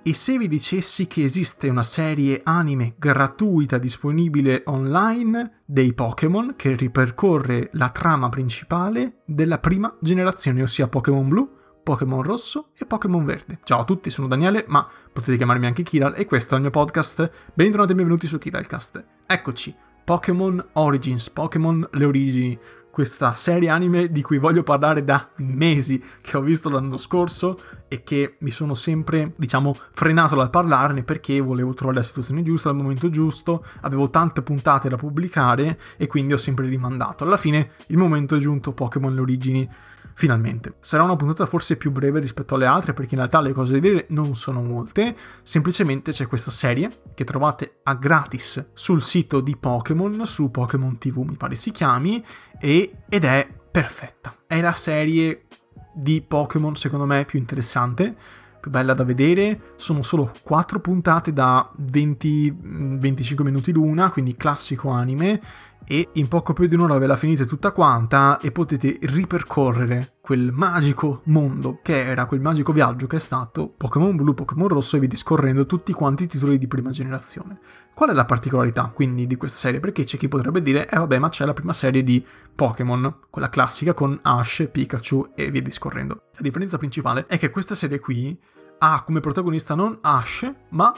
E se vi dicessi che esiste una serie anime gratuita disponibile online dei Pokémon che ripercorre la trama principale della prima generazione, ossia Pokémon Blu, Pokémon Rosso e Pokémon Verde. Ciao a tutti, sono Daniele, ma potete chiamarmi anche Kiral e questo è il mio podcast. Bentornati e benvenuti su Kiralcast. Eccoci, Pokémon Origins, Pokémon Le Origini, questa serie anime di cui voglio parlare da mesi, che ho visto l'anno scorso e che mi sono sempre, frenato dal parlarne perché volevo trovare la situazione giusta, al momento giusto, avevo tante puntate da pubblicare e quindi ho sempre rimandato. Alla fine il momento è giunto, Pokémon Le Origini, finalmente. Sarà una puntata forse più breve rispetto alle altre perché in realtà le cose da dire non sono molte, semplicemente c'è questa serie che trovate a gratis sul sito di Pokémon, su Pokémon TV mi pare si chiami, ed è perfetta. È la serie di Pokémon secondo me più interessante, più bella da vedere. Sono solo 4 puntate da 20-25 minuti l'una, quindi classico anime, e in poco più di un'ora ve la finite tutta quanta e potete ripercorrere quel magico mondo che era, quel magico viaggio che è stato Pokémon Blu, Pokémon Rosso, e vi discorrendo tutti quanti i titoli di prima generazione. Qual è la particolarità quindi di questa serie? Perché c'è chi potrebbe dire vabbè, ma c'è la prima serie di Pokémon, quella classica con Ash, Pikachu e via discorrendo. La differenza principale è che questa serie qui ha come protagonista non Ash ma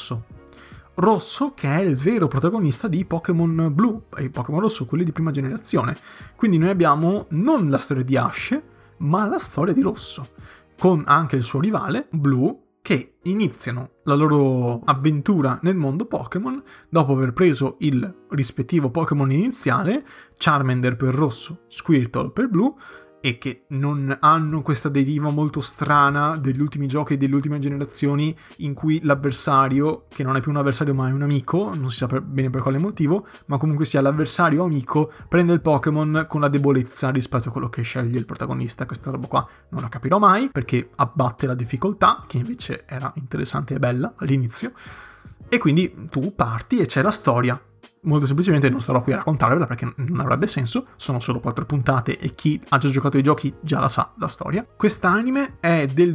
Rosso, che è il vero protagonista di Pokémon Blu e Pokémon Rosso, quelli di prima generazione. Quindi noi abbiamo non la storia di Ash, ma la storia di Rosso, con anche il suo rivale, Blu, che iniziano la loro avventura nel mondo Pokémon dopo aver preso il rispettivo Pokémon iniziale, Charmander per Rosso, Squirtle per Blu, e che non hanno questa deriva molto strana degli ultimi giochi e delle ultime generazioni in cui l'avversario, che non è più un avversario ma è un amico, non si sa bene per quale motivo, ma comunque sia l'avversario amico, prende il Pokémon con la debolezza rispetto a quello che sceglie il protagonista. Questa roba qua non la capirò mai perché abbatte la difficoltà, che invece era interessante e bella all'inizio, e quindi tu parti e c'è la storia. Molto semplicemente non starò qui a raccontarvela perché non avrebbe senso, sono solo 4 puntate e chi ha già giocato ai giochi già la sa la storia. Quest'anime è del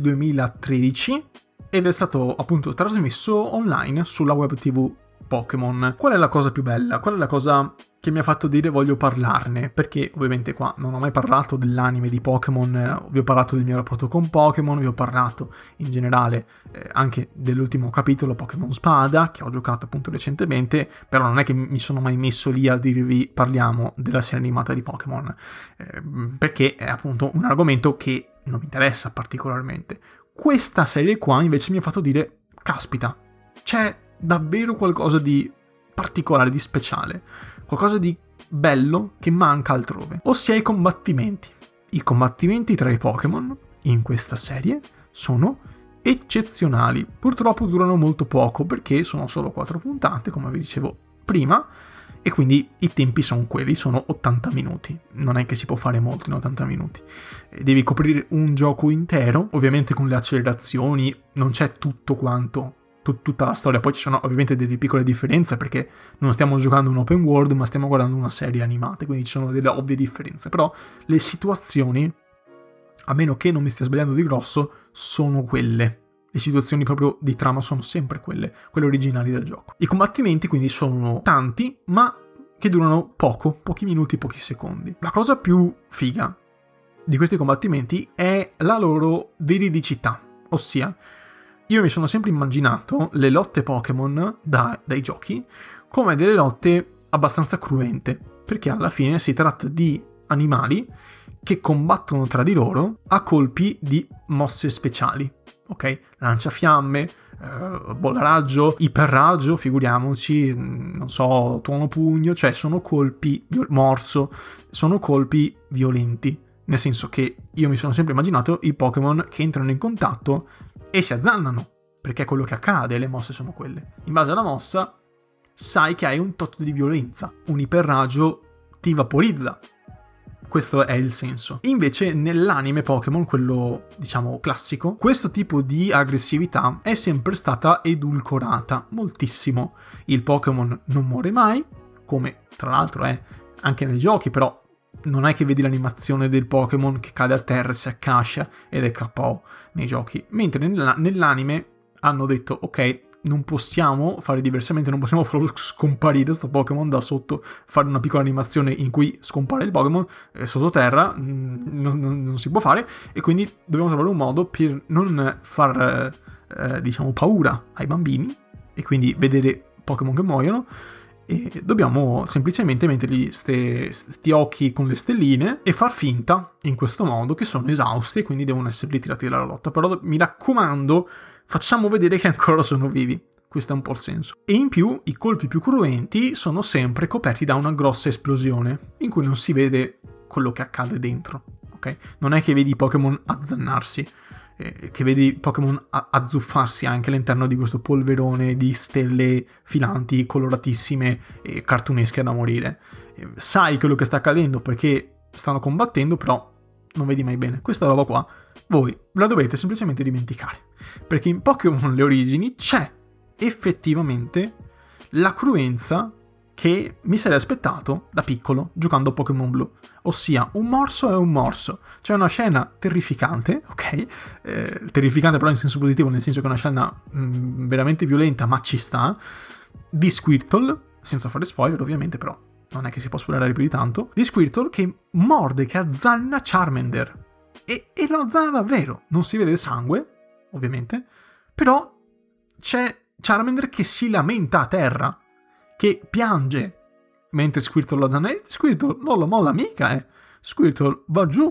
2013 ed è stato appunto trasmesso online sulla web TV Pokémon. Qual è la cosa più bella? Qual è la cosa che mi ha fatto dire voglio parlarne? Perché ovviamente qua non ho mai parlato dell'anime di Pokémon, vi ho parlato del mio rapporto con Pokémon, vi ho parlato in generale anche dell'ultimo capitolo Pokémon Spada, che ho giocato appunto recentemente, però non è che mi sono mai messo lì a dirvi parliamo della serie animata di Pokémon, perché è appunto un argomento che non mi interessa particolarmente. Questa serie qua invece mi ha fatto dire, caspita, c'è davvero qualcosa di particolare, di speciale, qualcosa di bello che manca altrove, ossia i combattimenti. I combattimenti tra i Pokémon in questa serie sono eccezionali. Purtroppo durano molto poco perché sono solo 4 puntate, come vi dicevo prima, e quindi i tempi sono quelli, sono 80 minuti. Non è che si può fare molto in 80 minuti. Devi coprire un gioco intero, ovviamente con le accelerazioni, non c'è tutto quanto tutta la storia. Poi ci sono ovviamente delle piccole differenze perché non stiamo giocando un open world ma stiamo guardando una serie animata, quindi ci sono delle ovvie differenze, però le situazioni, a meno che non mi stia sbagliando di grosso, sono quelle. Le situazioni proprio di trama sono sempre quelle originali del gioco. I combattimenti quindi sono tanti ma che durano pochi minuti, pochi secondi. La cosa più figa di questi combattimenti è la loro veridicità, ossia io mi sono sempre immaginato le lotte Pokémon dai giochi come delle lotte abbastanza cruente, perché alla fine si tratta di animali che combattono tra di loro a colpi di mosse speciali, ok? Lanciafiamme, bolla raggio, iperraggio, figuriamoci, non so, tuono pugno, cioè sono colpi, morso, sono colpi violenti, nel senso che io mi sono sempre immaginato i Pokémon che entrano in contatto e si azzannano, perché è quello che accade, le mosse sono quelle. In base alla mossa sai che hai un tot di violenza, un iperraggio ti vaporizza. Questo è il senso. Invece nell'anime Pokémon, quello diciamo classico, questo tipo di aggressività è sempre stata edulcorata moltissimo. Il Pokémon non muore mai, come tra l'altro è anche nei giochi, però non è che vedi l'animazione del Pokémon che cade a terra, si accascia ed è KO nei giochi, mentre nell'anime hanno detto ok, non possiamo fare diversamente, non possiamo farlo scomparire sto Pokémon da sotto, fare una piccola animazione in cui scompare il Pokémon sottoterra, non si può fare, e quindi dobbiamo trovare un modo per non far diciamo paura ai bambini e quindi vedere Pokémon che muoiono, e dobbiamo semplicemente mettergli sti occhi con le stelline e far finta in questo modo che sono esausti e quindi devono essere ritirati dalla lotta. Però mi raccomando, facciamo vedere che ancora sono vivi. Questo è un po' il senso. E in più i colpi più cruenti sono sempre coperti da una grossa esplosione in cui non si vede quello che accade dentro, ok? Non è che vedi i Pokémon azzannarsi, che vedi Pokémon azzuffarsi anche all'interno di questo polverone di stelle filanti, coloratissime e cartunesche da morire. Sai quello che sta accadendo perché stanno combattendo, però non vedi mai bene. Questa roba qua voi la dovete semplicemente dimenticare, perché in Pokémon le origini c'è effettivamente la cruenza che mi sarei aspettato da piccolo giocando a Pokémon Blu, ossia un morso è un morso. C'è una scena terrificante, ok? Terrificante però in senso positivo, nel senso che è una scena veramente violenta, ma ci sta, di Squirtle, senza fare spoiler ovviamente, però non è che si può spoilerare più di tanto, di Squirtle che morde, che azzanna Charmander, e lo azzanna davvero. Non si vede sangue, ovviamente, però c'è Charmander che si lamenta a terra, che piange mentre Squirtle lo azzanna. Squirtle non lo molla mica, Squirtle va giù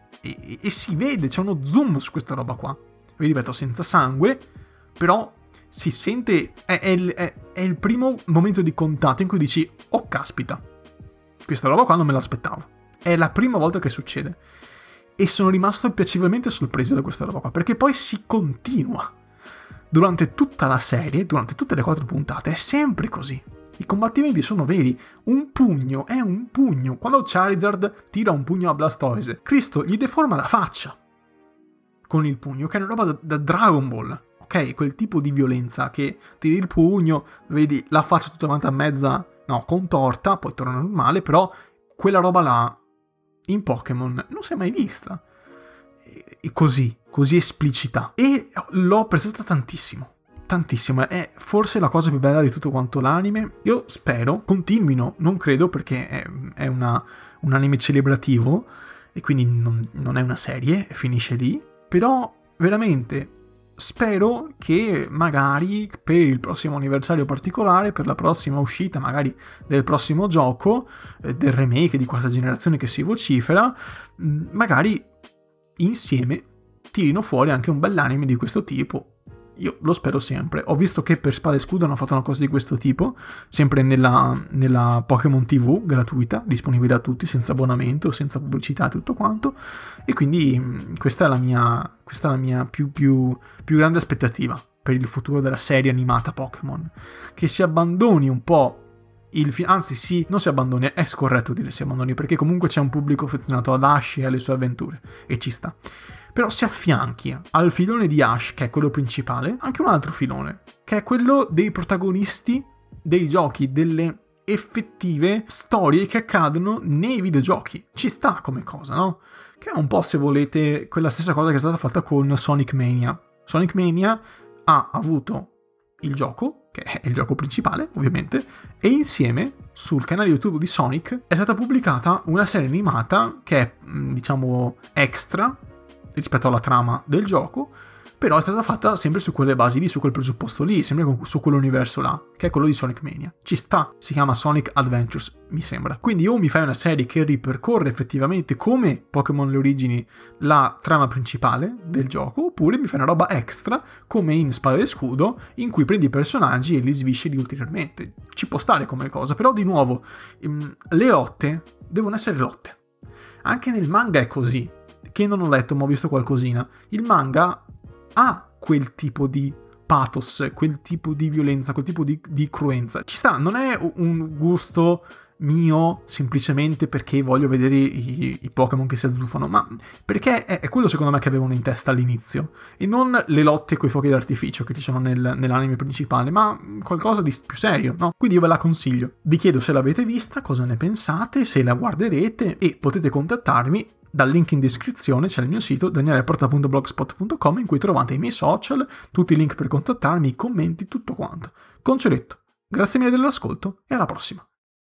e si vede, c'è uno zoom su questa roba qua. Vi ripeto, senza sangue, però si sente, è il primo momento di contatto in cui dici oh caspita, questa roba qua non me l'aspettavo, è la prima volta che succede, e sono rimasto piacevolmente sorpreso da questa roba qua, perché poi si continua durante tutta la serie, durante tutte le 4 puntate, è sempre così. I combattimenti sono veri, un pugno è un pugno. Quando Charizard tira un pugno a Blastoise, Cristo gli deforma la faccia con il pugno, che è una roba da Dragon Ball, ok? Quel tipo di violenza che tiri il pugno, vedi la faccia tutta quanta mezza, no, contorta, poi torna normale, però quella roba là in Pokémon non si è mai vista. E così esplicita. E l'ho apprezzata tantissimo. È forse la cosa più bella di tutto quanto l'anime. Io spero continuino, non credo, perché è un anime celebrativo e quindi non è una serie, finisce lì. Però veramente spero che magari per il prossimo anniversario particolare, per la prossima uscita magari del prossimo gioco, del remake di quarta generazione che si vocifera, magari insieme tirino fuori anche un bell'anime di questo tipo. Io lo spero sempre. Ho visto che per Spada e Scudo hanno fatto una cosa di questo tipo, sempre nella Pokémon TV gratuita, disponibile a tutti, senza abbonamento, senza pubblicità e tutto quanto, e quindi questa è la mia più grande aspettativa per il futuro della serie animata Pokémon, che si abbandoni un po' anzi sì, non si abbandoni, è scorretto dire si abbandoni, perché comunque c'è un pubblico affezionato ad Ash e alle sue avventure, e ci sta. Però si affianchi al filone di Ash, che è quello principale, anche un altro filone, che è quello dei protagonisti dei giochi, delle effettive storie che accadono nei videogiochi. Ci sta come cosa, no? Che è un po', se volete, quella stessa cosa che è stata fatta con Sonic Mania. Sonic Mania ha avuto il gioco, che è il gioco principale, ovviamente, e insieme sul canale YouTube di Sonic è stata pubblicata una serie animata che è, diciamo, extra rispetto alla trama del gioco, però è stata fatta sempre su quelle basi lì, su quel presupposto lì, sempre su quell'universo là, che è quello di Sonic Mania. Ci sta, si chiama Sonic Adventures, mi sembra. Quindi o mi fai una serie che ripercorre effettivamente come Pokémon le origini la trama principale del gioco, oppure mi fai una roba extra come in Spada e Scudo, in cui prendi i personaggi e li svisceri ulteriormente. Ci può stare come cosa, però di nuovo le lotte devono essere lotte. Anche nel manga è così, che non ho letto ma ho visto qualcosina. Il manga ha quel tipo di pathos, quel tipo di violenza, quel tipo di cruenza. Ci sta, non è un gusto mio semplicemente perché voglio vedere i Pokémon che si azzuffano, ma perché è quello secondo me che avevano in testa all'inizio, e non le lotte coi fuochi d'artificio che ci sono nell'anime principale, ma qualcosa di più serio, no? Quindi io ve la consiglio. Vi chiedo se l'avete vista, cosa ne pensate, se la guarderete, e potete contattarmi dal link in descrizione c'è il mio sito danieleporta.blogspot.com in cui trovate i miei social, tutti i link per contattarmi, i commenti, tutto quanto. Con ciò detto, grazie mille dell'ascolto e alla prossima.